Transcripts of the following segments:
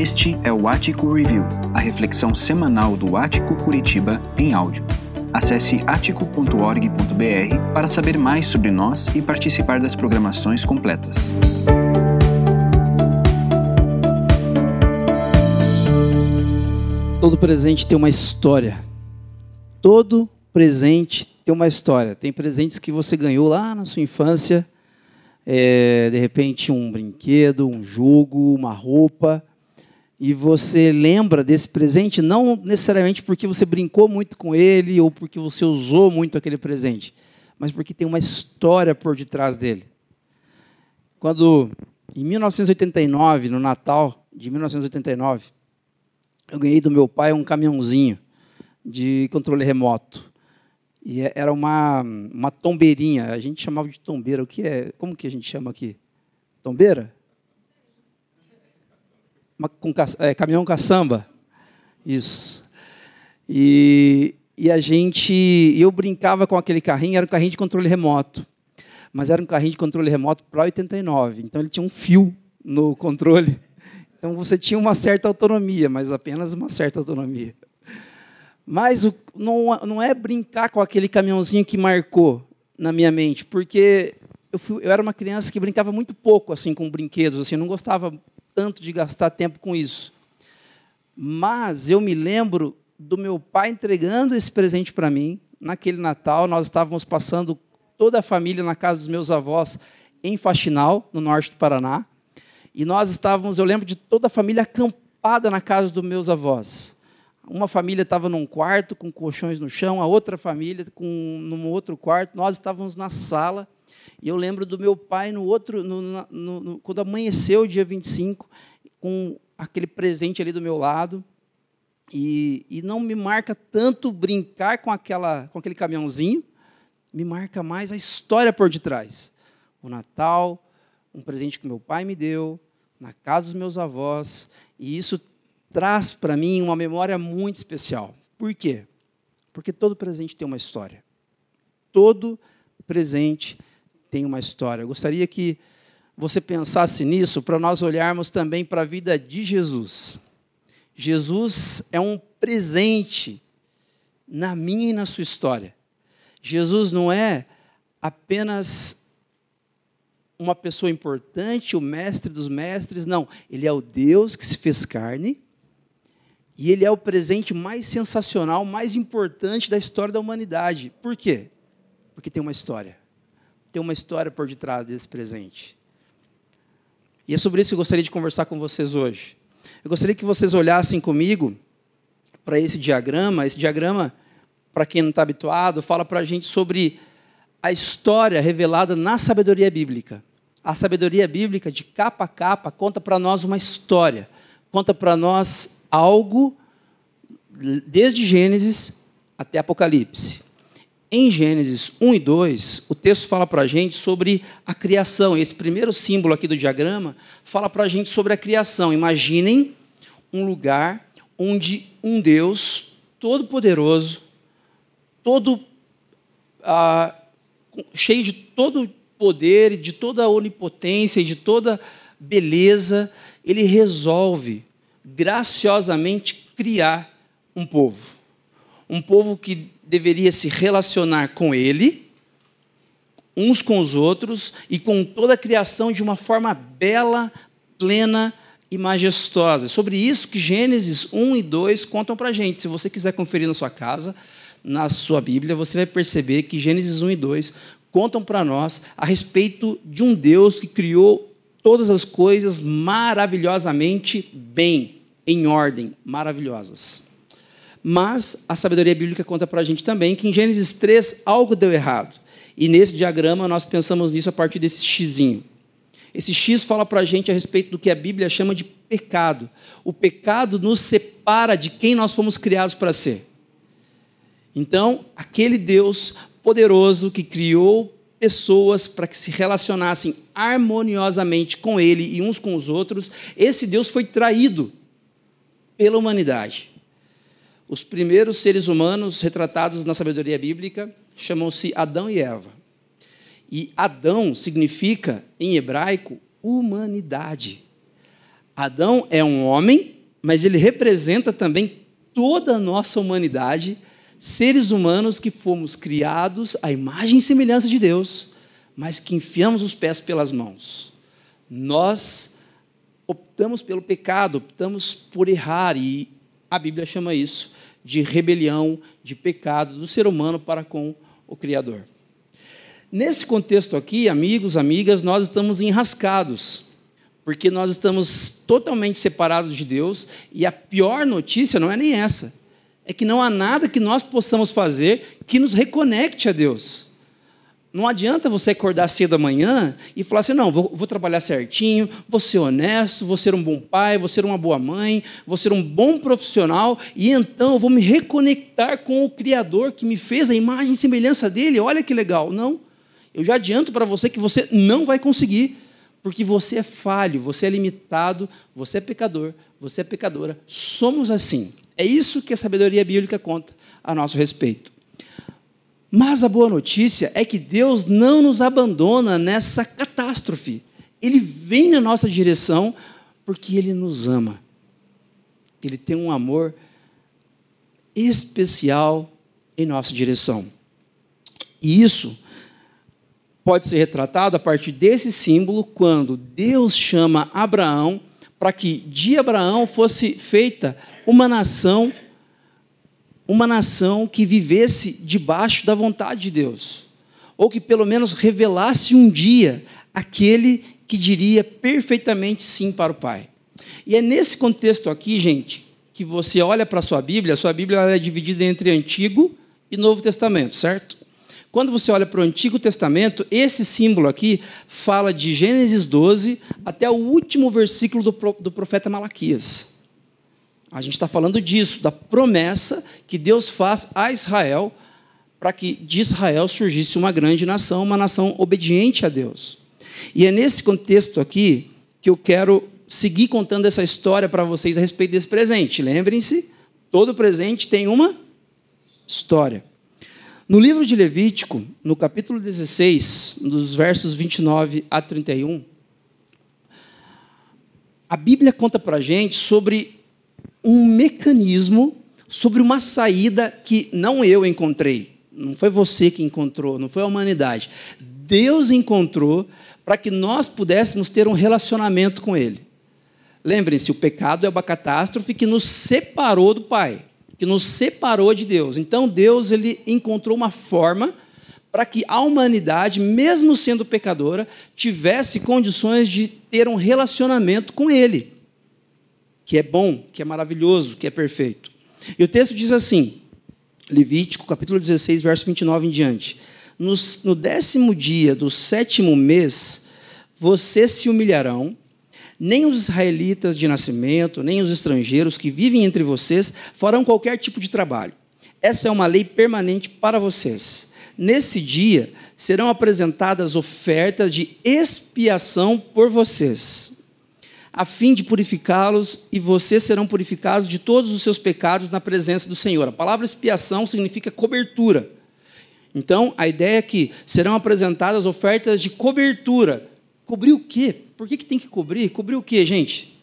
Este é o Ático Review, a reflexão semanal do Ático Curitiba em áudio. Acesse atico.org.br para saber mais sobre nós e participar das programações completas. Todo presente tem uma história. Todo presente tem uma história. Tem presentes que você ganhou lá na sua infância, de repente um brinquedo, um jogo, uma roupa, e você lembra desse presente não necessariamente porque você brincou muito com ele ou porque você usou muito aquele presente, mas porque tem uma história por detrás dele. Quando, em 1989, no Natal de 1989, eu ganhei do meu pai um caminhãozinho de controle remoto. E era uma tombeirinha, a gente chamava de tombeira. O que é? Como que a gente chama aqui? Tombeira? Caminhão caçamba. Isso. E eu brincava com aquele carrinho, era um carrinho de controle remoto. Mas era um carrinho de controle remoto para 89, então ele tinha um fio no controle. Então você tinha uma certa autonomia, mas apenas uma certa autonomia. Mas não é brincar com aquele caminhãozinho que marcou na minha mente, porque eu era uma criança que brincava muito pouco assim, com brinquedos, assim, não gostava tanto de gastar tempo com isso. Mas eu me lembro do meu pai entregando esse presente para mim, naquele Natal. Nós estávamos passando toda a família na casa dos meus avós, em Faxinal, no norte do Paraná. E eu lembro de toda a família acampada na casa dos meus avós. Uma família estava num quarto, com colchões no chão, a outra família num outro quarto, nós estávamos na sala, e eu lembro do meu pai quando amanheceu o dia 25, com aquele presente ali do meu lado, e não me marca tanto brincar com aquele caminhãozinho, me marca mais a história por detrás. O Natal, um presente que meu pai me deu, na casa dos meus avós, e isso traz para mim uma memória muito especial. Por quê? Porque todo presente tem uma história. Todo presente tem uma história. Eu gostaria que você pensasse nisso para nós olharmos também para a vida de Jesus. Jesus é um presente na minha e na sua história. Jesus não é apenas uma pessoa importante, o mestre dos mestres, não. Ele é o Deus que se fez carne e ele é o presente mais sensacional, mais importante da história da humanidade. Por quê? Porque tem uma história. Tem uma história por detrás desse presente. E é sobre isso que eu gostaria de conversar com vocês hoje. Eu gostaria que vocês olhassem comigo para esse diagrama. Esse diagrama, para quem não está habituado, fala para a gente sobre a história revelada na sabedoria bíblica. A sabedoria bíblica, de capa a capa, conta para nós uma história. Conta para nós algo desde Gênesis até Apocalipse. Em Gênesis 1 e 2, o texto fala para a gente sobre a criação. Esse primeiro símbolo aqui do diagrama fala para a gente sobre a criação. Imaginem um lugar onde um Deus todo-poderoso, cheio de todo poder, de toda onipotência e de toda beleza, ele resolve graciosamente criar um povo. Um povo que deveria se relacionar com ele, uns com os outros, e com toda a criação de uma forma bela, plena e majestosa. Sobre isso que Gênesis 1 e 2 contam para a gente. Se você quiser conferir na sua casa, na sua Bíblia, você vai perceber que Gênesis 1 e 2 contam para nós a respeito de um Deus que criou todas as coisas maravilhosamente bem, em ordem, maravilhosas. Mas a sabedoria bíblica conta para a gente também que em Gênesis 3 algo deu errado. E nesse diagrama nós pensamos nisso a partir desse xizinho. Esse X fala para a gente a respeito do que a Bíblia chama de pecado. O pecado nos separa de quem nós fomos criados para ser. Então, aquele Deus poderoso que criou pessoas para que se relacionassem harmoniosamente com Ele e uns com os outros, esse Deus foi traído pela humanidade. Os primeiros seres humanos retratados na sabedoria bíblica chamam-se Adão e Eva. E Adão significa, em hebraico, humanidade. Adão é um homem mas ele representa também toda a nossa humanidade, seres humanos que fomos criados à imagem e semelhança de Deus, mas que enfiamos os pés pelas mãos. Nós optamos pelo pecado, optamos por errar, e a Bíblia chama isso de rebelião, de pecado do ser humano para com o Criador. Nesse contexto aqui, amigos, amigas, nós estamos enrascados, porque nós estamos totalmente separados de Deus, e a pior notícia não é nem essa, é que não há nada que nós possamos fazer que nos reconecte a Deus. Não adianta você acordar cedo amanhã e falar assim, não, vou trabalhar certinho, vou ser honesto, vou ser um bom pai, vou ser uma boa mãe, vou ser um bom profissional, e então eu vou me reconectar com o Criador que me fez a imagem e semelhança dele. Olha que legal. Não, eu já adianto para você que você não vai conseguir, porque você é falho, você é limitado, você é pecador, você é pecadora. Somos assim. É isso que a sabedoria bíblica conta a nosso respeito. Mas a boa notícia é que Deus não nos abandona nessa catástrofe. Ele vem na nossa direção porque Ele nos ama. Ele tem um amor especial em nossa direção. E isso pode ser retratado a partir desse símbolo, quando Deus chama Abraão para que de Abraão fosse feita uma nação que vivesse debaixo da vontade de Deus, ou que pelo menos revelasse um dia aquele que diria perfeitamente sim para o Pai. E é nesse contexto aqui, gente, que você olha para a sua Bíblia é dividida entre Antigo e Novo Testamento, certo? Quando você olha para o Antigo Testamento, esse símbolo aqui fala de Gênesis 12 até o último versículo do profeta Malaquias. A gente está falando disso, da promessa que Deus faz a Israel, para que de Israel surgisse uma grande nação, uma nação obediente a Deus. E é nesse contexto aqui que eu quero seguir contando essa história para vocês a respeito desse presente. Lembrem-se, todo presente tem uma história. No livro de Levítico, no capítulo 16, dos versos 29 a 31, a Bíblia conta para a gente sobre um mecanismo, sobre uma saída que não eu encontrei, não foi você que encontrou, não foi a humanidade. Deus encontrou para que nós pudéssemos ter um relacionamento com Ele. Lembrem-se, o pecado é uma catástrofe que nos separou do Pai, que nos separou de Deus. Então Deus ele encontrou uma forma para que a humanidade, mesmo sendo pecadora, tivesse condições de ter um relacionamento com Ele, que é bom, que é maravilhoso, que é perfeito. E o texto diz assim, Levítico, capítulo 16, verso 29 em diante. No 10º dia do 7º mês, vocês se humilharão, nem os israelitas de nascimento, nem os estrangeiros que vivem entre vocês farão qualquer tipo de trabalho. Essa é uma lei permanente para vocês. Nesse dia, serão apresentadas ofertas de expiação por vocês, a fim de purificá-los, e vocês serão purificados de todos os seus pecados na presença do Senhor. A palavra expiação significa cobertura. Então, a ideia é que serão apresentadas ofertas de cobertura. Cobrir o quê? Por que tem que cobrir? Cobrir o quê, gente?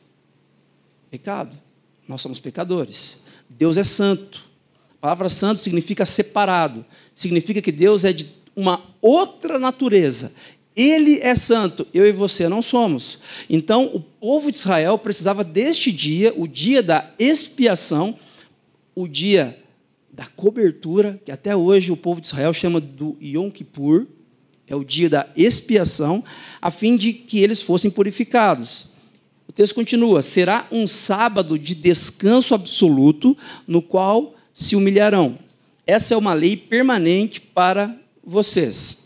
Pecado. Nós somos pecadores. Deus é santo. A palavra santo significa separado. Significa que Deus é de uma outra natureza. Ele é santo, eu e você não somos. Então, o povo de Israel precisava deste dia, o dia da expiação, o dia da cobertura, que até hoje o povo de Israel chama do Yom Kippur, é o dia da expiação, a fim de que eles fossem purificados. O texto continua, será um sábado de descanso absoluto, no qual se humilharão. Essa é uma lei permanente para vocês.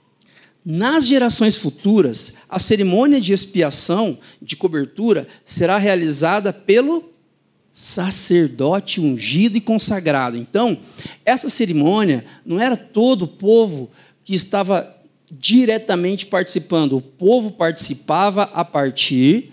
Nas gerações futuras, a cerimônia de expiação, de cobertura, será realizada pelo sacerdote ungido e consagrado. Então, essa cerimônia não era todo o povo que estava diretamente participando. O povo participava a partir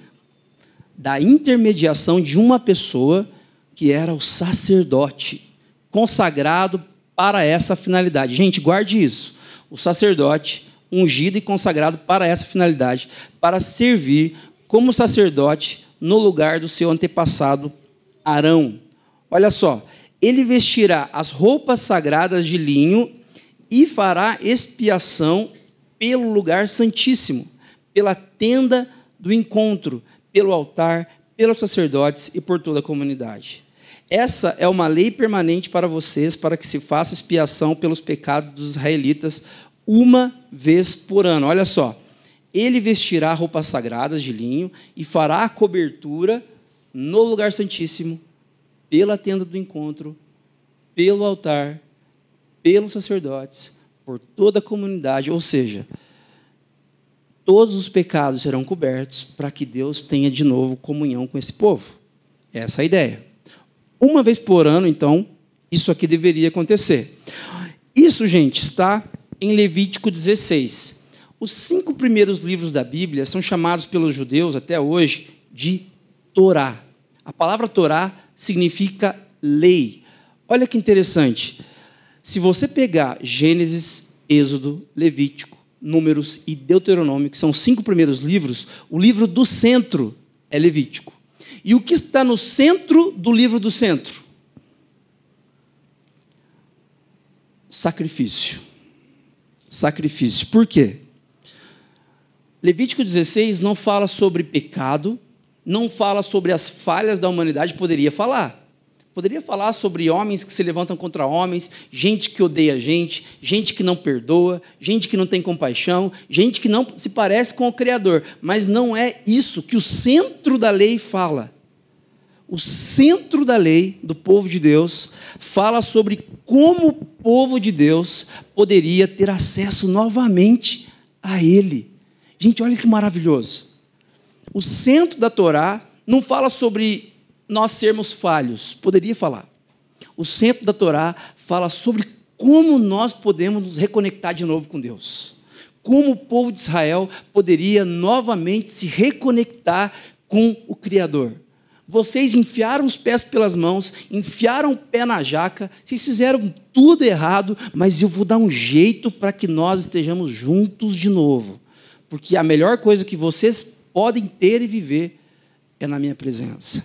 da intermediação de uma pessoa que era o sacerdote, consagrado para essa finalidade. Gente, guarde isso. O sacerdote ungido e consagrado para essa finalidade, para servir como sacerdote no lugar do seu antepassado Arão. Olha só, ele vestirá as roupas sagradas de linho e fará expiação pelo lugar santíssimo, pela tenda do encontro, pelo altar, pelos sacerdotes e por toda a comunidade. Essa é uma lei permanente para vocês, para que se faça expiação pelos pecados dos israelitas uma vez por ano. Olha só, ele vestirá roupas sagradas de linho e fará a cobertura no lugar santíssimo, pela tenda do encontro, pelo altar, pelos sacerdotes, por toda a comunidade, ou seja, todos os pecados serão cobertos para que Deus tenha de novo comunhão com esse povo. Essa é a ideia. Uma vez por ano, então, isso aqui deveria acontecer. Isso, gente, está em Levítico 16. Os 5 primeiros livros da Bíblia são chamados pelos judeus, até hoje, de Torá. A palavra Torá significa lei. Olha que interessante. Se você pegar Gênesis, Êxodo, Levítico, Números e Deuteronômio, que são os 5 primeiros livros, o livro do centro é Levítico. E o que está no centro do livro do centro? Sacrifício. Sacrifício. Por quê? Levítico 16 não fala sobre pecado, não fala sobre as falhas da humanidade, poderia falar. Poderia falar sobre homens que se levantam contra homens, gente que odeia gente que não perdoa, gente que não tem compaixão, gente que não se parece com o Criador. Mas não é isso que o centro da lei fala. O centro da lei do povo de Deus fala sobre como o povo de Deus poderia ter acesso novamente a Ele. Gente, olha que maravilhoso. O centro da Torá não fala sobre nós sermos falhos. Poderia falar. O centro da Torá fala sobre como nós podemos nos reconectar de novo com Deus. Como o povo de Israel poderia novamente se reconectar com o Criador. Vocês enfiaram os pés pelas mãos, enfiaram o pé na jaca, vocês fizeram tudo errado, mas eu vou dar um jeito para que nós estejamos juntos de novo. Porque a melhor coisa que vocês podem ter e viver é na minha presença.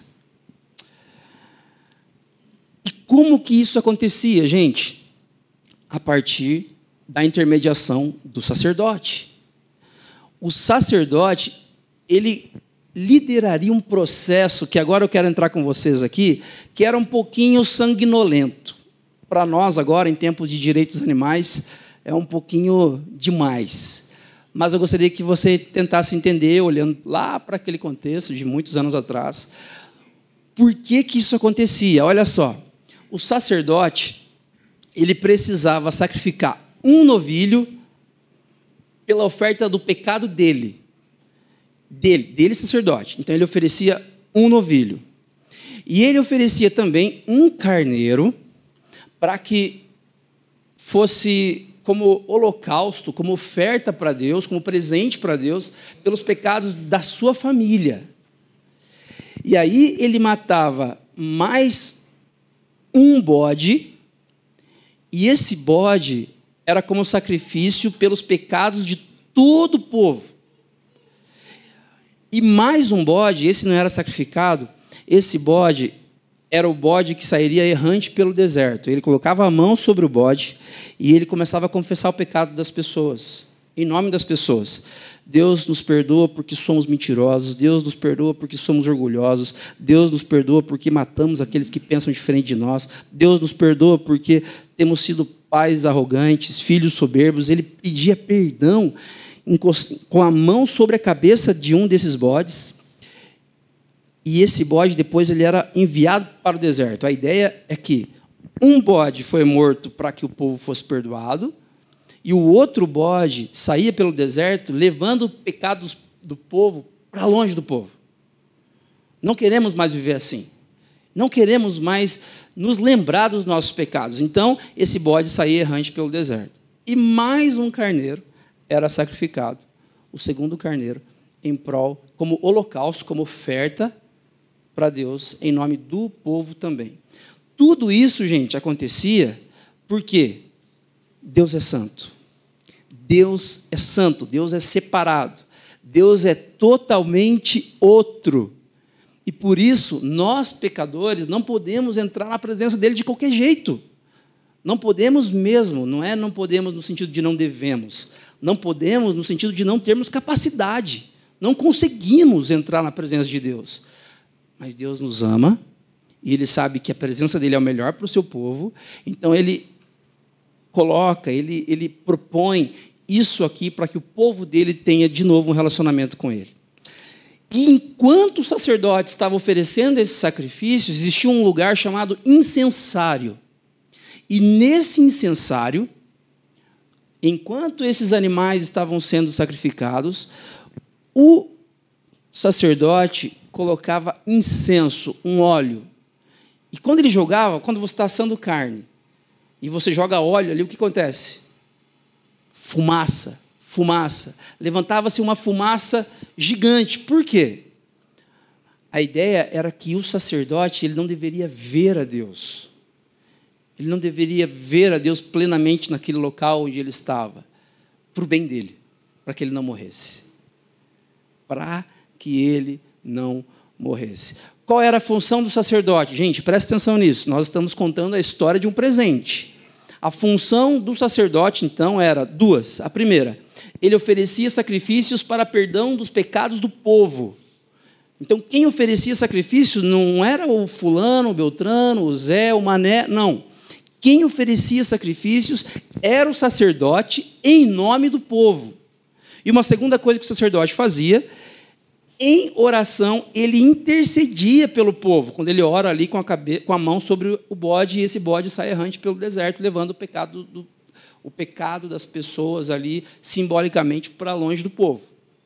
E como que isso acontecia, gente? A partir da intermediação do sacerdote. O sacerdote, ele lideraria um processo, que agora eu quero entrar com vocês aqui, que era um pouquinho sanguinolento. Para nós agora, em tempos de direitos animais, é um pouquinho demais. Mas eu gostaria que você tentasse entender, olhando lá para aquele contexto de muitos anos atrás, por que que isso acontecia. Olha só, o sacerdote, ele precisava sacrificar um novilho pela oferta do pecado dele sacerdote. Então ele oferecia um novilho. E ele oferecia também um carneiro para que fosse como holocausto, como oferta para Deus, como presente para Deus, pelos pecados da sua família. E aí ele matava mais um bode, e esse bode era como sacrifício pelos pecados de todo o povo. E mais um bode, esse não era sacrificado, esse bode era o bode que sairia errante pelo deserto. Ele colocava a mão sobre o bode e ele começava a confessar o pecado das pessoas, em nome das pessoas. Deus nos perdoa porque somos mentirosos, Deus nos perdoa porque somos orgulhosos, Deus nos perdoa porque matamos aqueles que pensam diferente de nós, Deus nos perdoa porque temos sido pais arrogantes, filhos soberbos. Ele pedia perdão com a mão sobre a cabeça de um desses bodes, e esse bode depois ele era enviado para o deserto. A ideia é que um bode foi morto para que o povo fosse perdoado, e o outro bode saía pelo deserto levando o pecado do povo para longe do povo. Não queremos mais viver assim. Não queremos mais nos lembrar dos nossos pecados. Então, esse bode saía errante pelo deserto. E mais um carneiro era sacrificado, o segundo carneiro, em prol, como holocausto, como oferta para Deus, em nome do povo também. Tudo isso, gente, acontecia porque Deus é santo. Deus é santo, Deus é separado, Deus é totalmente outro. E por isso, nós, pecadores, não podemos entrar na presença dele de qualquer jeito. Não podemos mesmo, não podemos no sentido de não devemos. Não podemos no sentido de não termos capacidade. Não conseguimos entrar na presença de Deus. Mas Deus nos ama, e Ele sabe que a presença dele é o melhor para o seu povo, então Ele coloca, Ele propõe isso aqui para que o povo dele tenha de novo um relacionamento com Ele. E enquanto o sacerdote estava oferecendo esses sacrifícios, existia um lugar chamado incensário. E nesse incensário, enquanto esses animais estavam sendo sacrificados, o sacerdote colocava incenso, um óleo. E quando ele jogava, quando você está assando carne, e você joga óleo ali, o que acontece? Fumaça. Levantava-se uma fumaça gigante. Por quê? A ideia era que o sacerdote ele não deveria ver a Deus. Ele não deveria ver a Deus plenamente naquele local onde ele estava, para o bem dele, para que ele não morresse. Para que ele não morresse. Qual era a função do sacerdote? Gente, presta atenção nisso. Nós estamos contando a história de um presente. A função do sacerdote, então, era duas. A primeira, ele oferecia sacrifícios para perdão dos pecados do povo. Então, quem oferecia sacrifício não era o fulano, o beltrano, o Zé, o Mané, não. Quem oferecia sacrifícios era o sacerdote em nome do povo. E uma segunda coisa que o sacerdote fazia, em oração, ele intercedia pelo povo. Quando ele ora ali com a mão sobre o bode, e esse bode sai errante pelo deserto, levando o pecado das pessoas ali, simbolicamente, para longe do povo.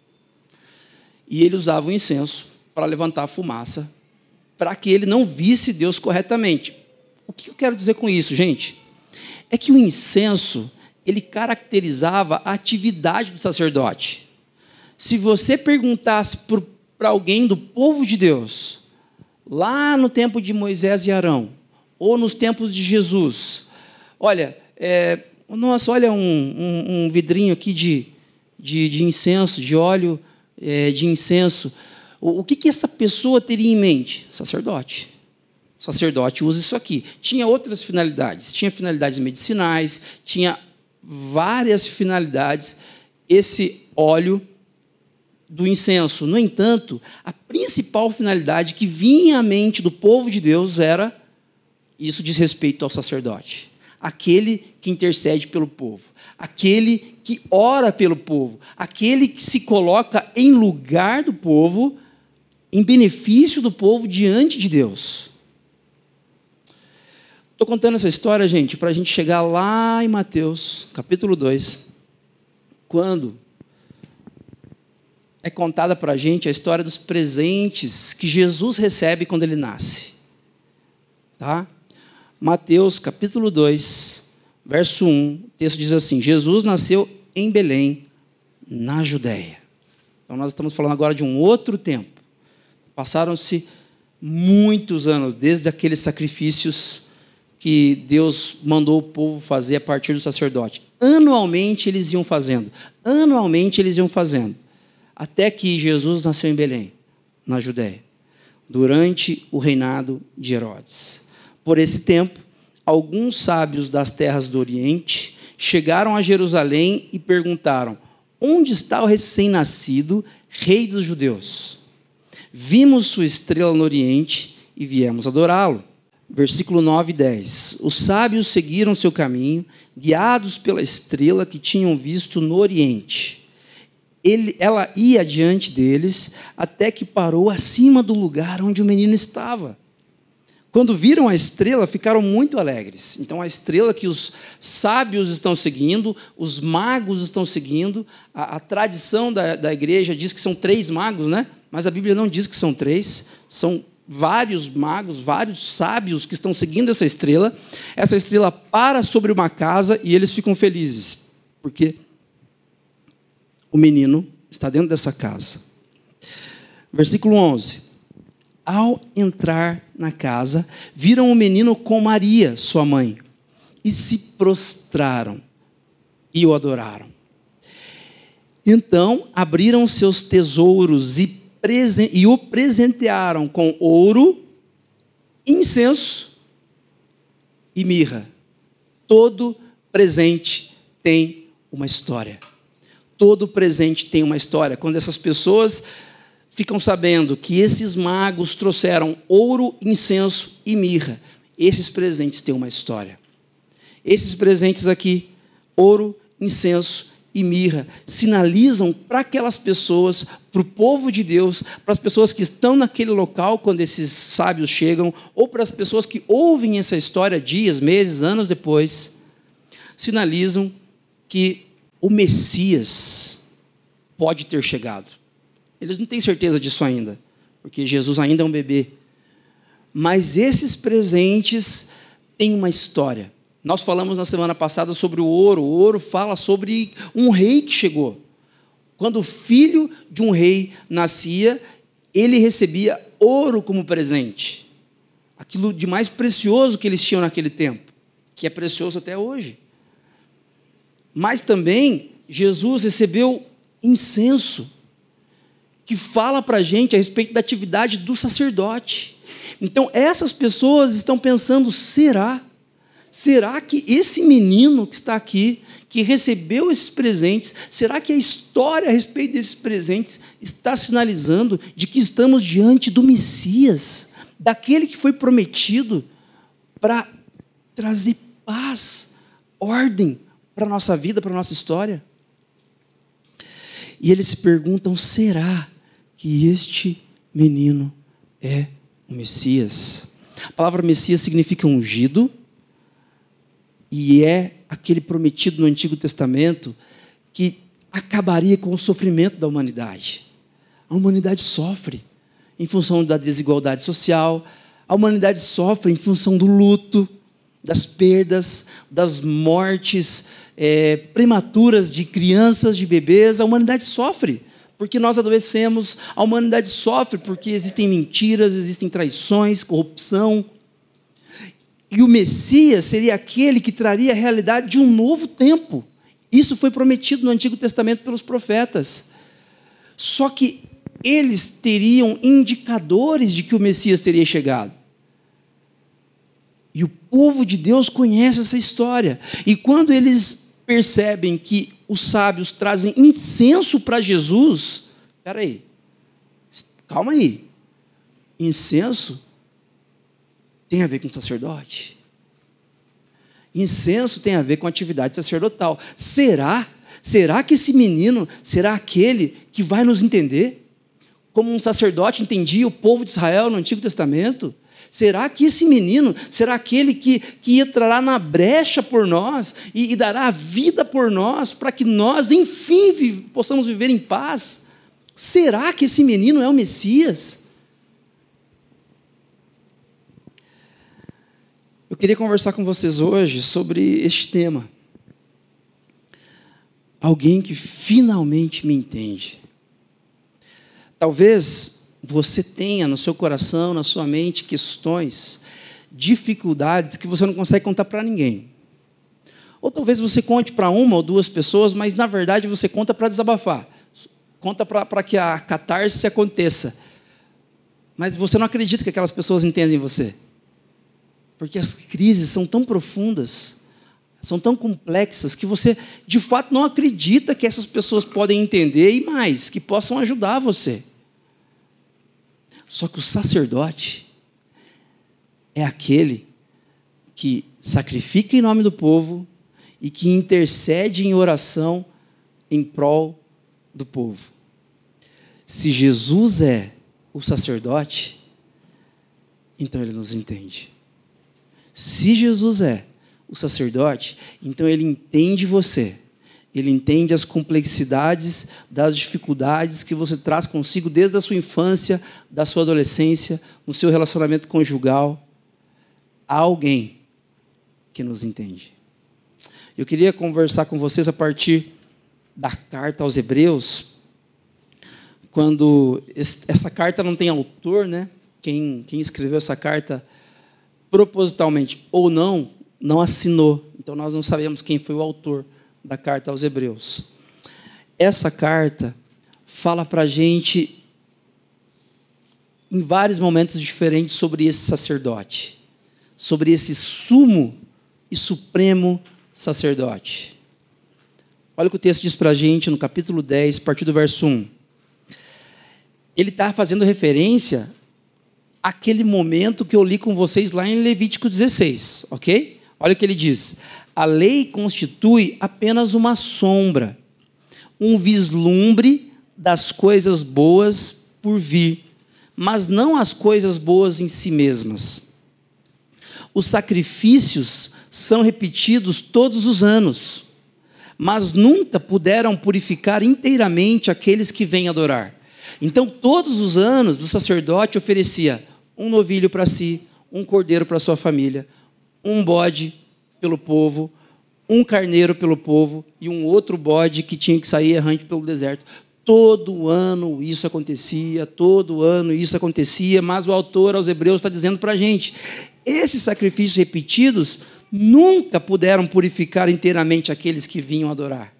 E ele usava o incenso para levantar a fumaça, para que ele não visse Deus corretamente. O que eu quero dizer com isso, gente? É que o incenso, ele caracterizava a atividade do sacerdote. Se você perguntasse para alguém do povo de Deus, lá no tempo de Moisés e Arão, ou nos tempos de Jesus, olha, olha um vidrinho aqui de incenso, de óleo de incenso. O que essa pessoa teria em mente? Sacerdote. O sacerdote usa isso aqui. Tinha outras finalidades. Tinha finalidades medicinais, tinha várias finalidades esse óleo do incenso. No entanto, a principal finalidade que vinha à mente do povo de Deus era, isso diz respeito ao sacerdote, aquele que intercede pelo povo, aquele que ora pelo povo, aquele que se coloca em lugar do povo, em benefício do povo diante de Deus. Estou contando essa história, gente, para a gente chegar lá em Mateus, capítulo 2, quando é contada para a gente a história dos presentes que Jesus recebe quando ele nasce. Tá? Mateus, capítulo 2, verso 1, o texto diz assim: Jesus nasceu em Belém, na Judéia. Então, nós estamos falando agora de um outro tempo. Passaram-se muitos anos, desde aqueles sacrifícios que Deus mandou o povo fazer a partir do sacerdote. Anualmente eles iam fazendo. Até que Jesus nasceu em Belém, na Judéia, durante o reinado de Herodes. Por esse tempo, alguns sábios das terras do Oriente chegaram a Jerusalém e perguntaram: onde está o recém-nascido rei dos judeus? Vimos sua estrela no Oriente e viemos adorá-lo. Versículo 9 e 10. Os sábios seguiram seu caminho, guiados pela estrela que tinham visto no Oriente. Ela ia adiante deles, até que parou acima do lugar onde o menino estava. Quando viram a estrela, ficaram muito alegres. Então, a estrela que os sábios estão seguindo, os magos estão seguindo, a tradição da igreja diz que são 3 magos, né? Mas a Bíblia não diz que são 3, são vários magos, vários sábios que estão seguindo essa estrela. Essa estrela para sobre uma casa e eles ficam felizes, porque o menino está dentro dessa casa. Versículo 11. Ao entrar na casa, viram o menino com Maria, sua mãe, e se prostraram e o adoraram. Então, abriram seus tesouros e e o presentearam com ouro, incenso e mirra. Todo presente tem uma história. Todo presente tem uma história. Quando essas pessoas ficam sabendo que esses magos trouxeram ouro, incenso e mirra, esses presentes têm uma história. Esses presentes aqui, ouro, incenso e mirra, sinalizam para aquelas pessoas, para o povo de Deus, para as pessoas que estão naquele local quando esses sábios chegam, ou para as pessoas que ouvem essa história dias, meses, anos depois, sinalizam que o Messias pode ter chegado. Eles não têm certeza disso ainda, porque Jesus ainda é um bebê. Mas esses presentes têm uma história. Nós falamos na semana passada sobre o ouro. O ouro fala sobre um rei que chegou. Quando o filho de um rei nascia, ele recebia ouro como presente. Aquilo de mais precioso que eles tinham naquele tempo, que é precioso até hoje. Mas também Jesus recebeu incenso, que fala para a gente a respeito da atividade do sacerdote. Então, essas pessoas estão pensando, será que esse menino que está aqui, que recebeu esses presentes, será que a história a respeito desses presentes está sinalizando de que estamos diante do Messias, daquele que foi prometido para trazer paz, ordem para a nossa vida, para a nossa história? E eles se perguntam, será que este menino é o Messias? A palavra Messias significa ungido, e é aquele prometido no Antigo Testamento que acabaria com o sofrimento da humanidade. A humanidade sofre em função da desigualdade social, a humanidade sofre em função do luto, das perdas, das mortes prematuras de crianças, de bebês. A humanidade sofre porque nós adoecemos, a humanidade sofre porque existem mentiras, existem traições, corrupção. E o Messias seria aquele que traria a realidade de um novo tempo. Isso foi prometido no Antigo Testamento pelos profetas. Só que eles teriam indicadores de que o Messias teria chegado. E o povo de Deus conhece essa história. E quando eles percebem que os sábios trazem incenso para Jesus, espera aí, calma aí, incenso tem a ver com sacerdote. Incenso tem a ver com atividade sacerdotal. Será que esse menino será aquele que vai nos entender? Como um sacerdote entendia o povo de Israel no Antigo Testamento? Será que esse menino será aquele que entrará na brecha por nós e dará a vida por nós para que nós, enfim, possamos viver em paz? Será que esse menino é o Messias? Eu queria conversar com vocês hoje sobre este tema. Alguém que finalmente me entende. Talvez você tenha no seu coração, na sua mente, questões, dificuldades que você não consegue contar para ninguém. Ou talvez você conte para uma ou duas pessoas, mas na verdade você conta para desabafar. Conta para que a catarse aconteça. Mas você não acredita que aquelas pessoas entendem você. Porque as crises são tão profundas, são tão complexas, que você, de fato, não acredita que essas pessoas podem entender e mais, que possam ajudar você. Só que o sacerdote é aquele que sacrifica em nome do povo e que intercede em oração em prol do povo. Se Jesus é o sacerdote, então ele nos entende. Se Jesus é o sacerdote, então ele entende você. Ele entende as complexidades das dificuldades que você traz consigo desde a sua infância, da sua adolescência, no seu relacionamento conjugal. Há alguém que nos entende. Eu queria conversar com vocês a partir da carta aos Hebreus, quando essa carta não tem autor, né? Quem escreveu essa carta propositalmente ou não assinou. Então nós não sabemos quem foi o autor da carta aos Hebreus. Essa carta fala para a gente em vários momentos diferentes sobre esse sacerdote, sobre esse sumo e supremo sacerdote. Olha o que o texto diz para a gente no capítulo 10, a partir do verso 1. Ele está fazendo referência àquele momento que eu li com vocês lá em Levítico 16, ok? Olha o que ele diz. A lei constitui apenas uma sombra, um vislumbre das coisas boas por vir, mas não as coisas boas em si mesmas. Os sacrifícios são repetidos todos os anos, mas nunca puderam purificar inteiramente aqueles que vêm adorar. Então, todos os anos, o sacerdote oferecia um novilho para si, um cordeiro para sua família, um bode pelo povo, um carneiro pelo povo e um outro bode que tinha que sair errante pelo deserto. Todo ano isso acontecia, mas o autor aos Hebreus está dizendo para a gente, esses sacrifícios repetidos nunca puderam purificar inteiramente aqueles que vinham adorar.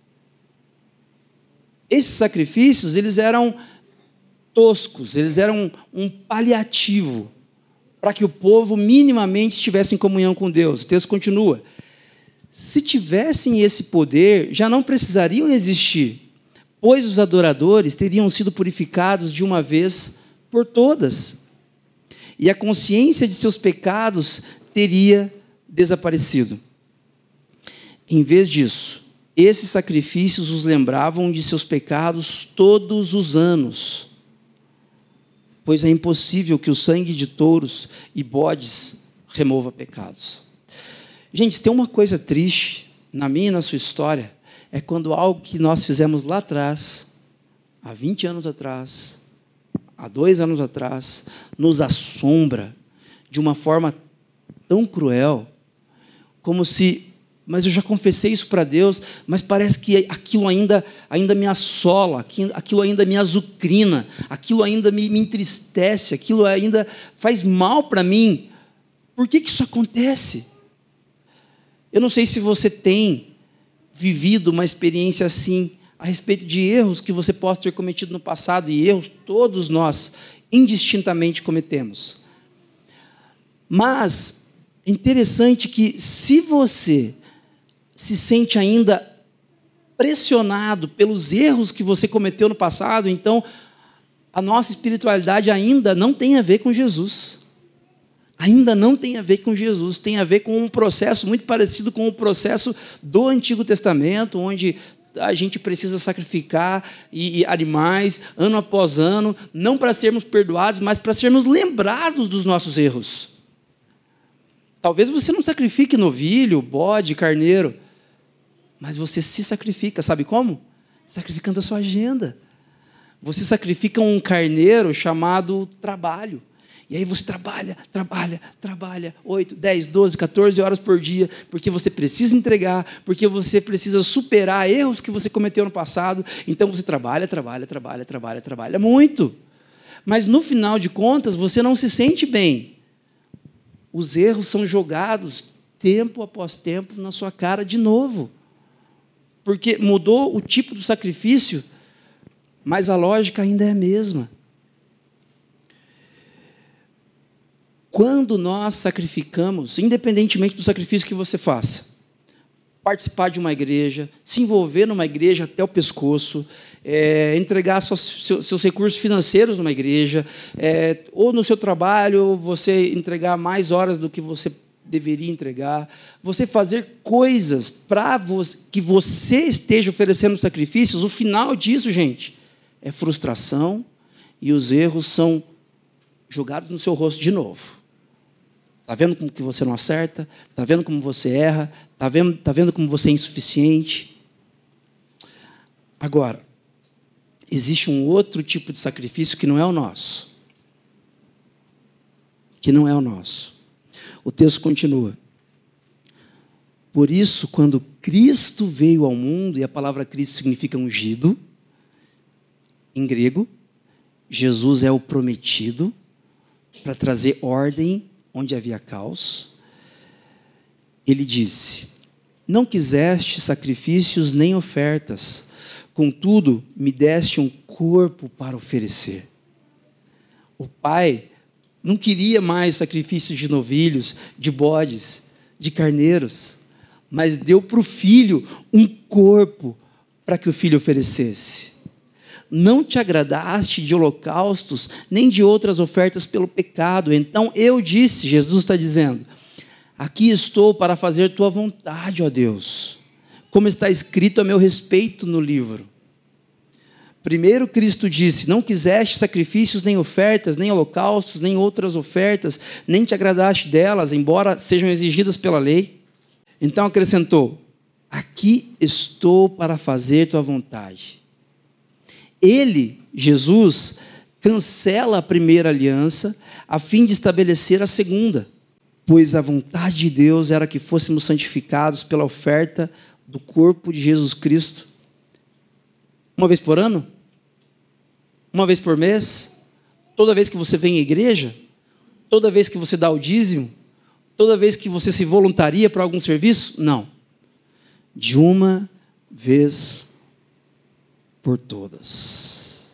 Esses sacrifícios, eles eram toscos, eles eram um paliativo para que o povo minimamente estivesse em comunhão com Deus. O texto continua. Se tivessem esse poder, já não precisariam existir, pois os adoradores teriam sido purificados de uma vez por todas, e a consciência de seus pecados teria desaparecido. Em vez disso, esses sacrifícios os lembravam de seus pecados todos os anos, pois é impossível que o sangue de touros e bodes remova pecados. Gente, se tem uma coisa triste na minha e na sua história, é quando algo que nós fizemos lá atrás, há 20 anos atrás, há 2 anos atrás, nos assombra de uma forma tão cruel, como se, mas eu já confessei isso para Deus, mas parece que aquilo ainda me assola, aquilo ainda me azucrina, aquilo ainda me entristece, aquilo ainda faz mal para mim. Por que isso acontece? Eu não sei se você tem vivido uma experiência assim, a respeito de erros que você possa ter cometido no passado, e erros todos nós, indistintamente, cometemos. Mas, é interessante que, se você se sente ainda pressionado pelos erros que você cometeu no passado, então, a nossa espiritualidade ainda não tem a ver com Jesus. Ainda não tem a ver com Jesus, tem a ver com um processo muito parecido com o processo do Antigo Testamento, onde a gente precisa sacrificar animais ano após ano, não para sermos perdoados, mas para sermos lembrados dos nossos erros. Talvez você não sacrifique novilho, bode, carneiro, mas você se sacrifica, sabe como? Sacrificando a sua agenda. Você sacrifica um carneiro chamado trabalho. E aí você trabalha 8, 10, 12, 14 horas por dia, porque você precisa entregar, porque você precisa superar erros que você cometeu no passado. Então você trabalha muito. Mas no final de contas, você não se sente bem. Os erros são jogados tempo após tempo na sua cara de novo. Porque mudou o tipo do sacrifício, mas a lógica ainda é a mesma. Quando nós sacrificamos, independentemente do sacrifício que você faça, participar de uma igreja, se envolver numa igreja até o pescoço, entregar seus recursos financeiros numa igreja, ou no seu trabalho, você entregar mais horas do que você deveria entregar, você fazer coisas para que você esteja oferecendo sacrifícios, o final disso, gente, é frustração, e os erros são jogados no seu rosto de novo. Está vendo como que você não acerta? Está vendo como você erra? Está vendo como você é insuficiente? Agora, existe um outro tipo de sacrifício que não é o nosso. O texto continua. Por isso, quando Cristo veio ao mundo, e a palavra Cristo significa ungido, em grego, Jesus é o prometido para trazer ordem onde havia caos. Ele disse: não quiseste sacrifícios nem ofertas, contudo me deste um corpo para oferecer. O pai não queria mais sacrifícios de novilhos, de bodes, de carneiros, mas deu para o filho um corpo para que o filho oferecesse. Não te agradaste de holocaustos, nem de outras ofertas pelo pecado. Então eu disse, Jesus está dizendo, aqui estou para fazer tua vontade, ó Deus, como está escrito a meu respeito no livro. Primeiro Cristo disse, não quiseste sacrifícios, nem ofertas, nem holocaustos, nem outras ofertas, nem te agradaste delas, embora sejam exigidas pela lei. Então acrescentou, aqui estou para fazer tua vontade. Ele, Jesus, cancela a primeira aliança, a fim de estabelecer a segunda, pois a vontade de Deus era que fôssemos santificados pela oferta do corpo de Jesus Cristo. Uma vez por ano? Uma vez por mês? Toda vez que você vem à igreja? Toda vez que você dá o dízimo? Toda vez que você se voluntaria para algum serviço? Não. De uma vez por todas.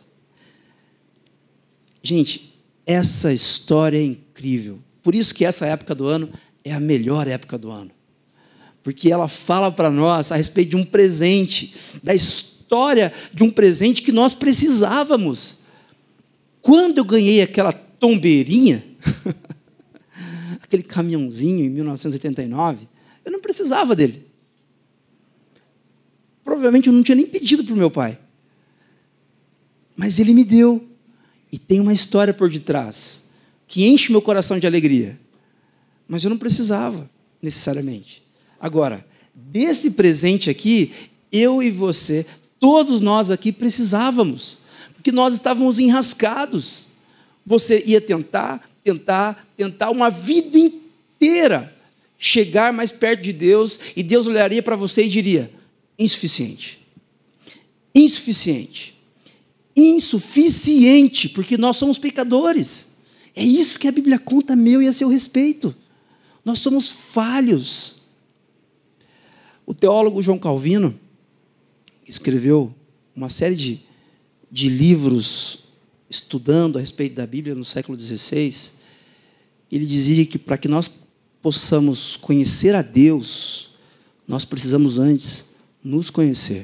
Gente, essa história é incrível. Por isso que essa época do ano é a melhor época do ano. Porque ela fala para nós a respeito de um presente, da história de um presente que nós precisávamos. Quando eu ganhei aquela tombeirinha, aquele caminhãozinho em 1989, eu não precisava dele. Provavelmente eu não tinha nem pedido para o meu pai. Mas ele me deu. E tem uma história por detrás, que enche meu coração de alegria. Mas eu não precisava, necessariamente. Agora, desse presente aqui, eu e você, todos nós aqui precisávamos, porque nós estávamos enrascados. Você ia tentar uma vida inteira chegar mais perto de Deus, e Deus olharia para você e diria, insuficiente, porque nós somos pecadores. É isso que a Bíblia conta a meu e a seu respeito. Nós somos falhos. O teólogo João Calvino escreveu uma série de livros estudando a respeito da Bíblia no século XVI. Ele dizia que para que nós possamos conhecer a Deus, nós precisamos antes nos conhecer.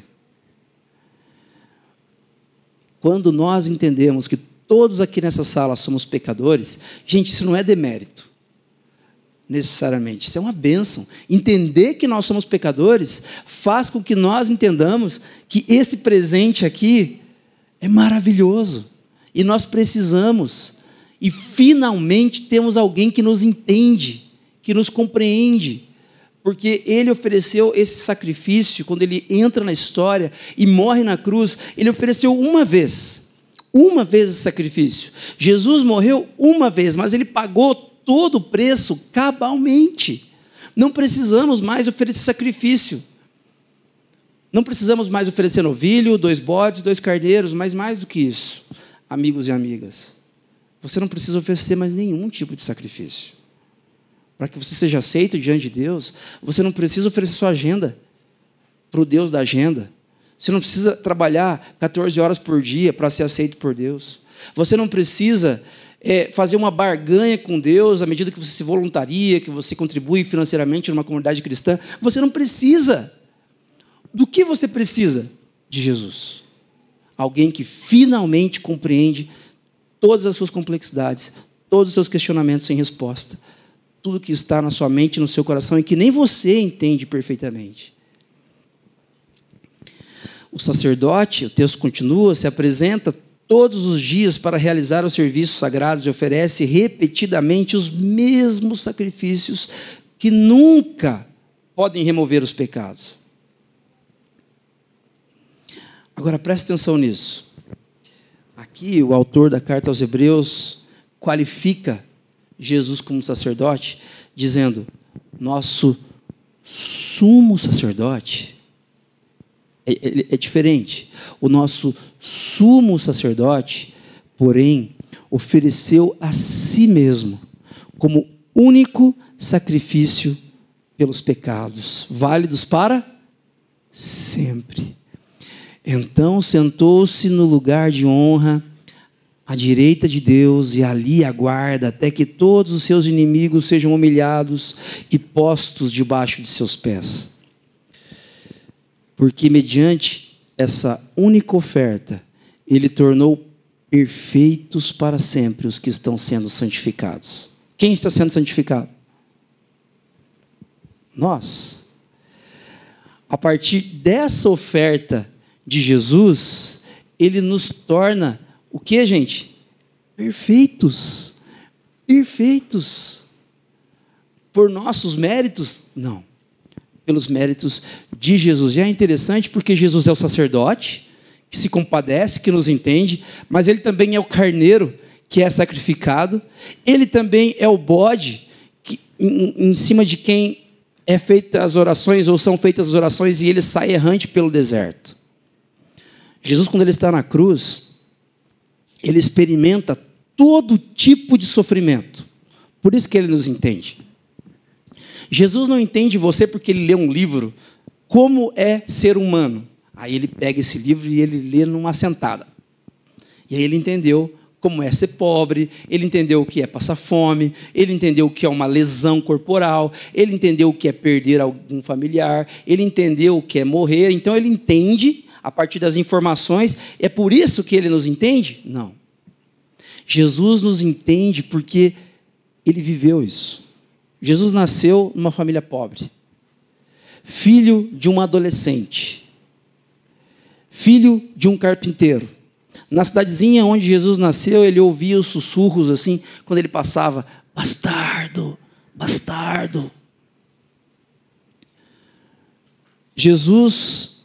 Quando nós entendemos que todos aqui nessa sala somos pecadores, gente, isso não é demérito, necessariamente, isso é uma bênção. Entender que nós somos pecadores faz com que nós entendamos que esse presente aqui é maravilhoso, e nós precisamos, e finalmente temos alguém que nos entende, que nos compreende, porque ele ofereceu esse sacrifício, quando ele entra na história e morre na cruz, ele ofereceu uma vez esse sacrifício. Jesus morreu uma vez, mas ele pagou todo o preço cabalmente. Não precisamos mais oferecer sacrifício. Não precisamos mais oferecer novilho, 2 bodes, 2 carneiros, mas mais do que isso, amigos e amigas, você não precisa oferecer mais nenhum tipo de sacrifício. Para que você seja aceito diante de Deus, você não precisa oferecer sua agenda para o Deus da agenda. Você não precisa trabalhar 14 horas por dia para ser aceito por Deus. Você não precisa fazer uma barganha com Deus à medida que você se voluntaria, que você contribui financeiramente numa comunidade cristã. Você não precisa. Do que você precisa? De Jesus. Alguém que finalmente compreende todas as suas complexidades, todos os seus questionamentos sem resposta, tudo que está na sua mente e no seu coração e que nem você entende perfeitamente. O sacerdote, o texto continua, se apresenta todos os dias para realizar os serviços sagrados e oferece repetidamente os mesmos sacrifícios que nunca podem remover os pecados. Agora, preste atenção nisso. Aqui, o autor da carta aos Hebreus qualifica Jesus como sacerdote, dizendo, nosso sumo sacerdote. É diferente. O nosso sumo sacerdote, porém, ofereceu a si mesmo como único sacrifício pelos pecados, válidos para sempre. Então sentou-se no lugar de honra à direita de Deus, e ali aguarda até que todos os seus inimigos sejam humilhados e postos debaixo de seus pés. Porque mediante essa única oferta, ele tornou perfeitos para sempre os que estão sendo santificados. Quem está sendo santificado? Nós. A partir dessa oferta de Jesus, ele nos torna o que, gente? Perfeitos. Perfeitos. Por nossos méritos? Não. Pelos méritos de Jesus. E é interessante porque Jesus é o sacerdote, que se compadece, que nos entende, mas ele também é o carneiro, que é sacrificado. Ele também é o bode, em cima de quem é feitas as orações, ou são feitas as orações, e ele sai errante pelo deserto. Jesus, quando ele está na cruz, ele experimenta todo tipo de sofrimento. Por isso que ele nos entende. Jesus não entende você porque ele lê um livro, como é ser humano. Aí ele pega esse livro e ele lê numa sentada. E aí ele entendeu como é ser pobre, ele entendeu o que é passar fome, ele entendeu o que é uma lesão corporal, ele entendeu o que é perder algum familiar, ele entendeu o que é morrer. Então ele entende a partir das informações. É por isso que ele nos entende? Não. Jesus nos entende porque ele viveu isso. Jesus nasceu numa família pobre, filho de uma adolescente, filho de um carpinteiro. Na cidadezinha onde Jesus nasceu, ele ouvia os sussurros assim, quando ele passava: bastardo, bastardo. Jesus,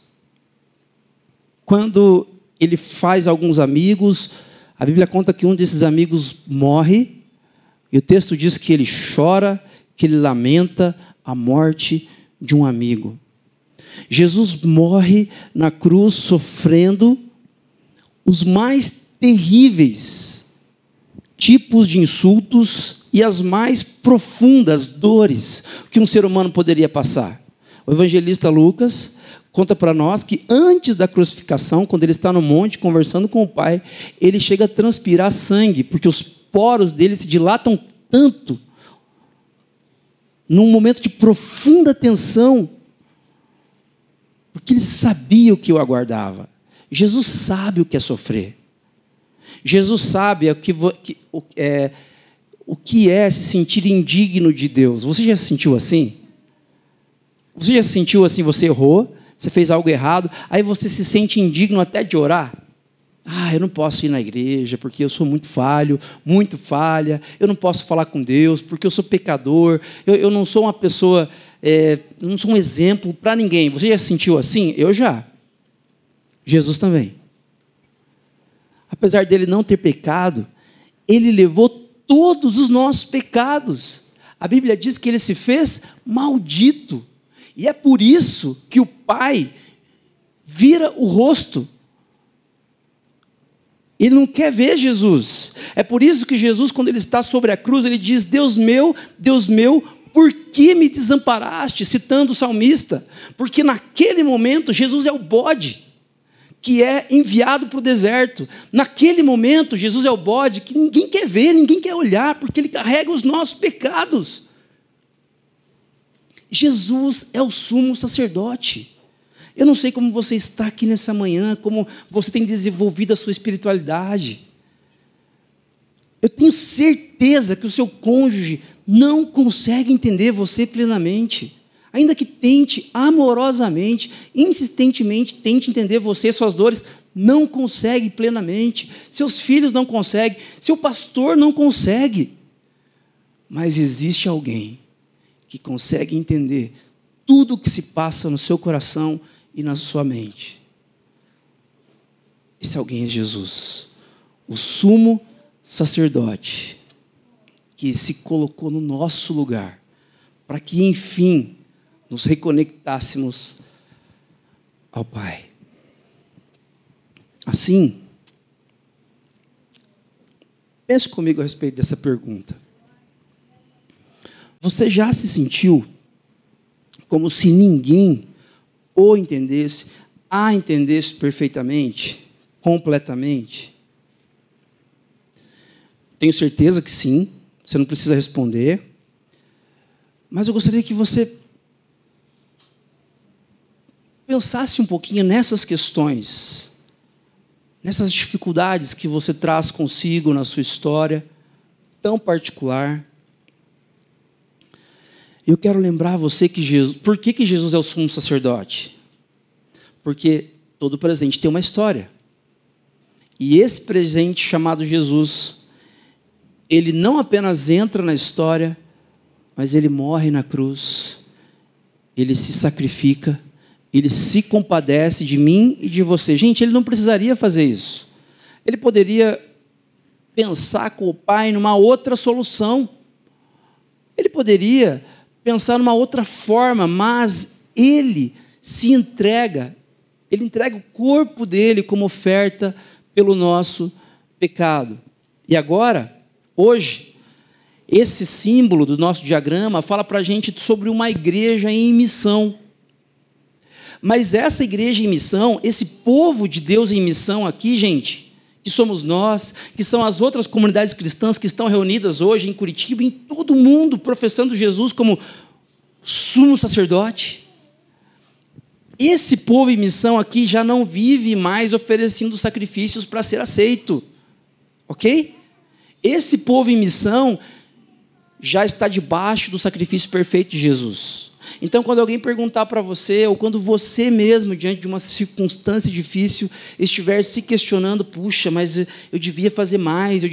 quando ele faz alguns amigos, a Bíblia conta que um desses amigos morre, e o texto diz que ele chora, que ele lamenta a morte de um amigo. Jesus morre na cruz sofrendo os mais terríveis tipos de insultos e as mais profundas dores que um ser humano poderia passar. O evangelista Lucas conta para nós que antes da crucificação, quando ele está no monte conversando com o Pai, ele chega a transpirar sangue, porque os poros dele se dilatam tanto, num momento de profunda tensão, porque ele sabia o que o aguardava. Jesus sabe o que é sofrer. Jesus sabe o que é se sentir indigno de Deus. Você já se sentiu assim? Você já se sentiu assim? Você errou, você fez algo errado, aí você se sente indigno até de orar? Eu não posso ir na igreja porque eu sou muito falho, muito falha. Eu não posso falar com Deus porque eu sou pecador. Eu não sou uma pessoa, não sou um exemplo para ninguém. Você já se sentiu assim? Eu já. Jesus também. Apesar dele não ter pecado, ele levou todos os nossos pecados. A Bíblia diz que ele se fez maldito. E é por isso que o Pai vira o rosto. Ele não quer ver Jesus. É por isso que Jesus, quando ele está sobre a cruz, ele diz: Deus meu, por que me desamparaste? Citando o salmista. Porque naquele momento, Jesus é o bode que é enviado para o deserto. Naquele momento, Jesus é o bode que ninguém quer ver, ninguém quer olhar, porque ele carrega os nossos pecados. Jesus é o sumo sacerdote. Eu não sei como você está aqui nessa manhã, como você tem desenvolvido a sua espiritualidade. Eu tenho certeza que o seu cônjuge não consegue entender você plenamente. Ainda que tente amorosamente, insistentemente, tente entender você, suas dores, não consegue plenamente. Seus filhos não conseguem, seu pastor não consegue. Mas existe alguém que consegue entender tudo o que se passa no seu coração e na sua mente. Esse alguém é Jesus, o sumo sacerdote, que se colocou no nosso lugar, para que, enfim, nos reconectássemos ao Pai. Assim, pense comigo a respeito dessa pergunta. Você já se sentiu como se ninguém o entendesse, a entendesse perfeitamente, completamente? Tenho certeza que sim, você não precisa responder. Mas eu gostaria que você pensasse um pouquinho nessas questões, nessas dificuldades que você traz consigo na sua história tão particular. Eu quero lembrar você que Jesus... Por que Jesus é o sumo sacerdote? Porque todo presente tem uma história. E esse presente chamado Jesus, ele não apenas entra na história, mas ele morre na cruz, ele se sacrifica, ele se compadece de mim e de você. Gente, ele não precisaria fazer isso. Ele poderia pensar com o Pai numa outra solução. Ele poderia pensar numa outra forma, mas ele se entrega, ele entrega o corpo dele como oferta pelo nosso pecado. E agora, hoje, esse símbolo do nosso diagrama fala para a gente sobre uma igreja em missão. Mas essa igreja em missão, esse povo de Deus em missão aqui, gente, que somos nós, que são as outras comunidades cristãs que estão reunidas hoje em Curitiba, em todo o mundo, professando Jesus como sumo sacerdote. Esse povo em missão aqui já não vive mais oferecendo sacrifícios para ser aceito, ok? Esse povo em missão já está debaixo do sacrifício perfeito de Jesus. Então, quando alguém perguntar para você, ou quando você mesmo, diante de uma circunstância difícil, estiver se questionando, puxa, mas eu devia fazer mais,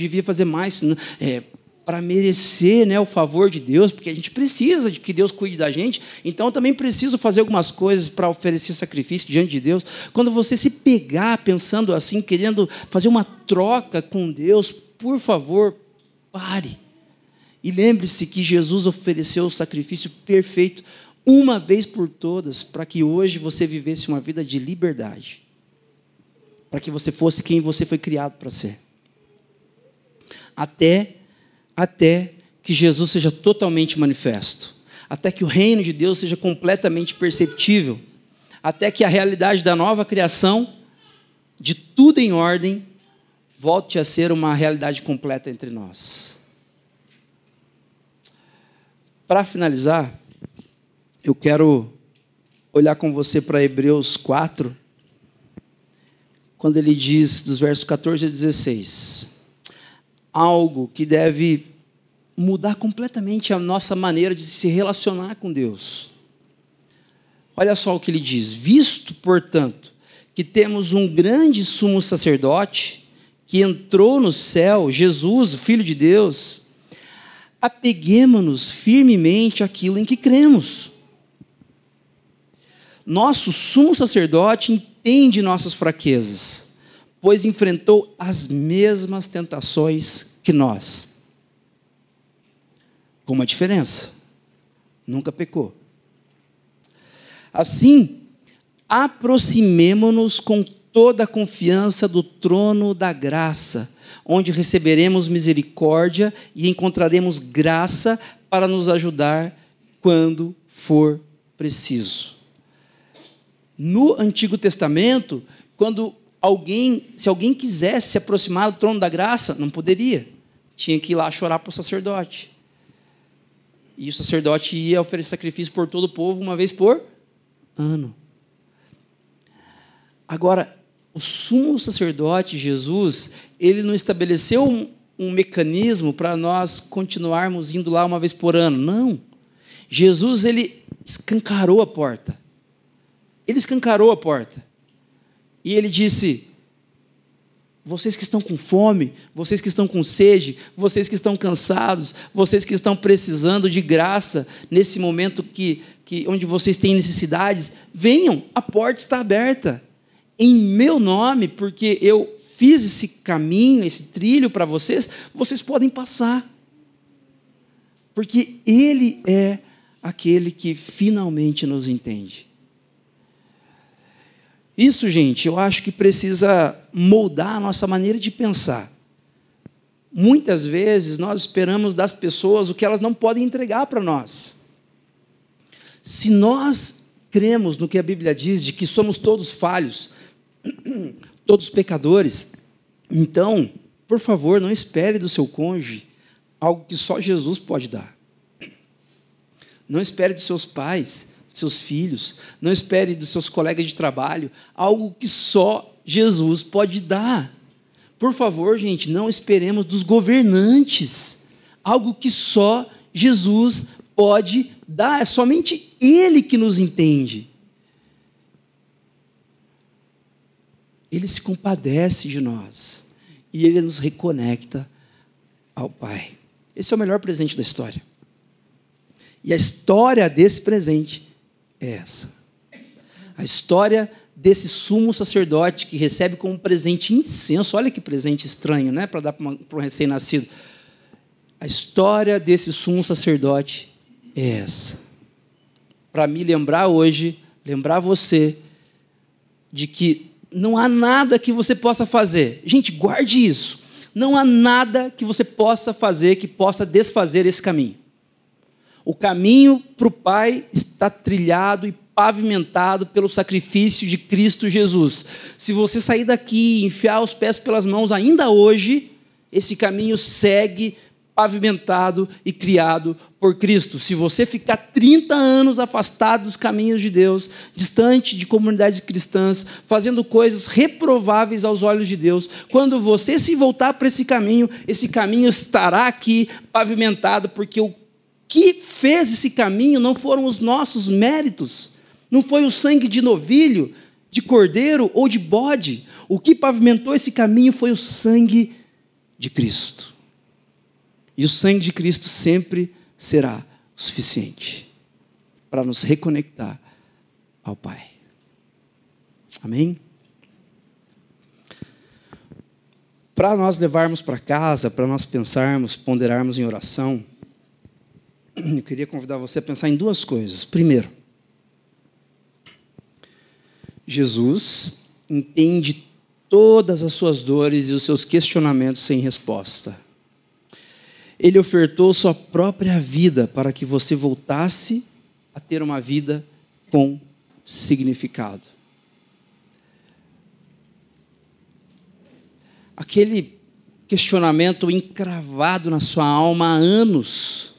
para merecer, né, o favor de Deus, porque a gente precisa de que Deus cuide da gente, então eu também preciso fazer algumas coisas para oferecer sacrifício diante de Deus. Quando você se pegar pensando assim, querendo fazer uma troca com Deus, por favor, pare. E lembre-se que Jesus ofereceu o sacrifício perfeito uma vez por todas, para que hoje você vivesse uma vida de liberdade, para que você fosse quem você foi criado para ser. Até que Jesus seja totalmente manifesto, até que o reino de Deus seja completamente perceptível, até que a realidade da nova criação, de tudo em ordem, volte a ser uma realidade completa entre nós. Para finalizar, eu quero olhar com você para Hebreus 4, quando ele diz, dos versos 14 a 16, algo que deve mudar completamente a nossa maneira de se relacionar com Deus. Olha só o que ele diz: visto, portanto, que temos um grande sumo sacerdote que entrou no céu, Jesus, o Filho de Deus, apeguemo-nos firmemente àquilo em que cremos. Nosso sumo sacerdote entende nossas fraquezas, pois enfrentou as mesmas tentações que nós. Com uma diferença: nunca pecou. Assim, aproximemo-nos com toda a confiança do trono da graça, onde receberemos misericórdia e encontraremos graça para nos ajudar quando for preciso. No Antigo Testamento, se alguém quisesse se aproximar do trono da graça, não poderia. Tinha que ir lá chorar para o sacerdote. E o sacerdote ia oferecer sacrifício por todo o povo uma vez por ano. Agora, o sumo sacerdote, Jesus, ele não estabeleceu um mecanismo para nós continuarmos indo lá uma vez por ano. Não. Jesus, ele escancarou a porta. Ele escancarou a porta. E ele disse: vocês que estão com fome, vocês que estão com sede, vocês que estão cansados, vocês que estão precisando de graça nesse momento onde vocês têm necessidades, venham, a porta está aberta. Em meu nome, porque eu fiz esse caminho, esse trilho para vocês, vocês podem passar. Porque Ele é aquele que finalmente nos entende. Isso, gente, eu acho que precisa moldar a nossa maneira de pensar. Muitas vezes nós esperamos das pessoas o que elas não podem entregar para nós. Se nós cremos no que a Bíblia diz, de que somos todos falhos, todos pecadores, então Por favor, não espere do seu cônjuge algo que só Jesus pode dar. Não espere dos seus pais, dos seus filhos, não espere dos seus colegas de trabalho algo que só Jesus pode dar. Por favor, gente, não esperemos dos governantes algo que só Jesus pode dar. É somente Ele que nos entende. Ele se compadece de nós e Ele nos reconecta ao Pai. Esse é o melhor presente da história. E a história desse presente é essa. A história desse sumo sacerdote que recebe como presente incenso. Olha que presente estranho, né? Para dar para um recém-nascido. A história desse sumo sacerdote é essa. Para me lembrar hoje, lembrar você de que não há nada que você possa fazer. Gente, guarde isso. Não há nada que você possa fazer que possa desfazer esse caminho. O caminho para o Pai está trilhado e pavimentado pelo sacrifício de Cristo Jesus. Se você sair daqui e enfiar os pés pelas mãos ainda hoje, esse caminho segue pavimentado e criado por Cristo. Se você ficar 30 anos afastado dos caminhos de Deus, distante de comunidades cristãs, fazendo coisas reprováveis aos olhos de Deus, quando você se voltar para esse caminho estará aqui pavimentado, porque o que fez esse caminho não foram os nossos méritos, não foi o sangue de novilho, de cordeiro ou de bode. O que pavimentou esse caminho foi o sangue de Cristo. E o sangue de Cristo sempre será o suficiente para nos reconectar ao Pai. Amém? Para nós levarmos para casa, para nós pensarmos, ponderarmos em oração, eu queria convidar você a pensar em duas coisas. Primeiro, Jesus entende todas as suas dores e os seus questionamentos sem resposta. Ele ofertou sua própria vida para que você voltasse a ter uma vida com significado. Aquele questionamento encravado na sua alma há anos.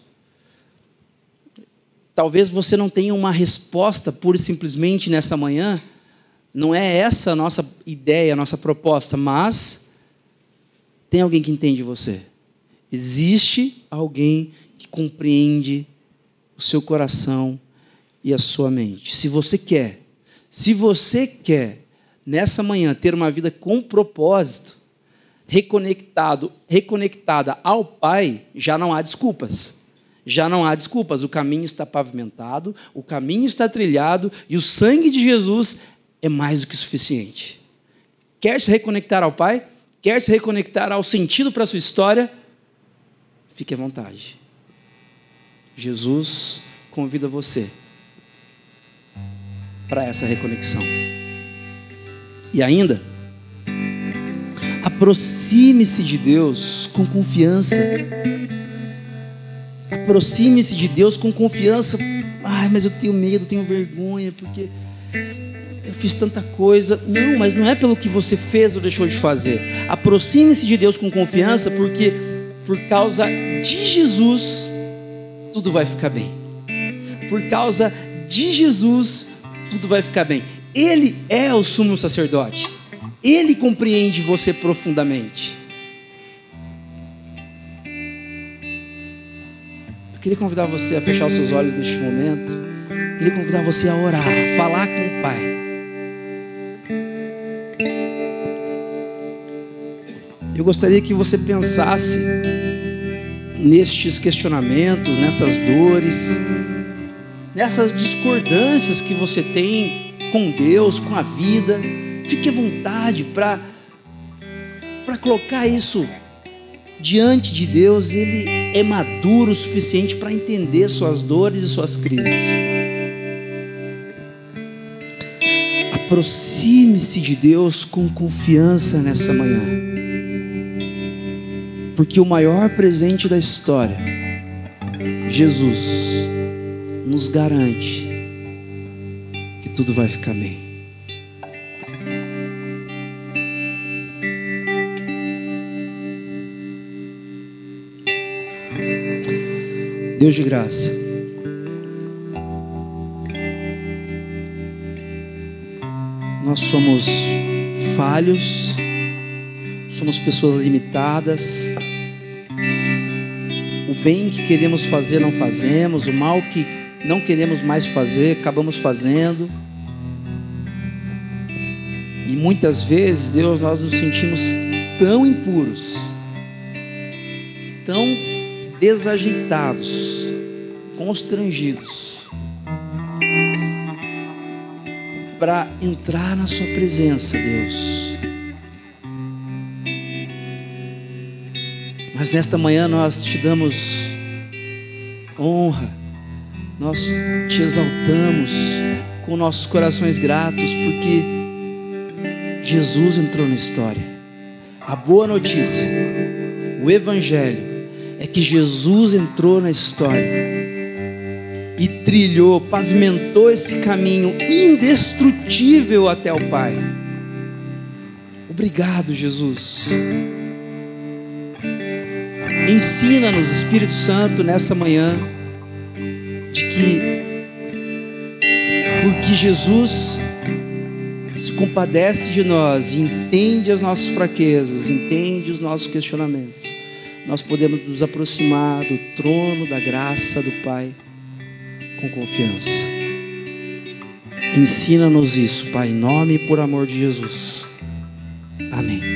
Talvez você não tenha uma resposta pura e simplesmente nessa manhã. Não é essa a nossa ideia, a nossa proposta, mas tem alguém que entende você. Existe alguém que compreende o seu coração e a sua mente. Se você quer nessa manhã ter uma vida com propósito, reconectada ao Pai, já não há desculpas. Já não há desculpas. O caminho está pavimentado, o caminho está trilhado e o sangue de Jesus é mais do que suficiente. Quer se reconectar ao Pai? Quer se reconectar ao sentido para a sua história? Fique à vontade. Jesus convida você para essa reconexão. E ainda, aproxime-se de Deus com confiança. Aproxime-se de Deus com confiança. Ai, mas eu tenho medo, tenho vergonha, porque eu fiz tanta coisa. Não, mas não é pelo que você fez ou deixou de fazer. Aproxime-se de Deus com confiança, porque por causa de Jesus, tudo vai ficar bem. Por causa de Jesus, tudo vai ficar bem. Ele é o sumo sacerdote. Ele compreende você profundamente. Eu queria convidar você a fechar os seus olhos neste momento. Eu queria convidar você a orar, a falar com o Pai. Eu gostaria que você pensasse nestes questionamentos, nessas dores, nessas discordâncias que você tem com Deus, com a vida. Fique à vontade para colocar isso diante de Deus. Ele é maduro o suficiente para entender suas dores e suas crises. Aproxime-se de Deus com confiança nessa manhã. Porque o maior presente da história, Jesus, nos garante que tudo vai ficar bem. Deus de graça, nós somos falhos, somos pessoas limitadas. O bem que queremos fazer não fazemos, o mal que não queremos mais fazer, acabamos fazendo. E muitas vezes, Deus, nós nos sentimos tão impuros, tão desajeitados, constrangidos, para entrar na sua presença, Deus. Mas nesta manhã nós te damos honra, nós te exaltamos com nossos corações gratos, porque Jesus entrou na história. A boa notícia, o Evangelho, é que Jesus entrou na história e trilhou, pavimentou esse caminho indestrutível até o Pai. Obrigado, Jesus. Ensina-nos, Espírito Santo, nessa manhã, de que, porque Jesus se compadece de nós e entende as nossas fraquezas, entende os nossos questionamentos, nós podemos nos aproximar do trono da graça do Pai com confiança. Ensina-nos isso, Pai, em nome e por amor de Jesus. Amém.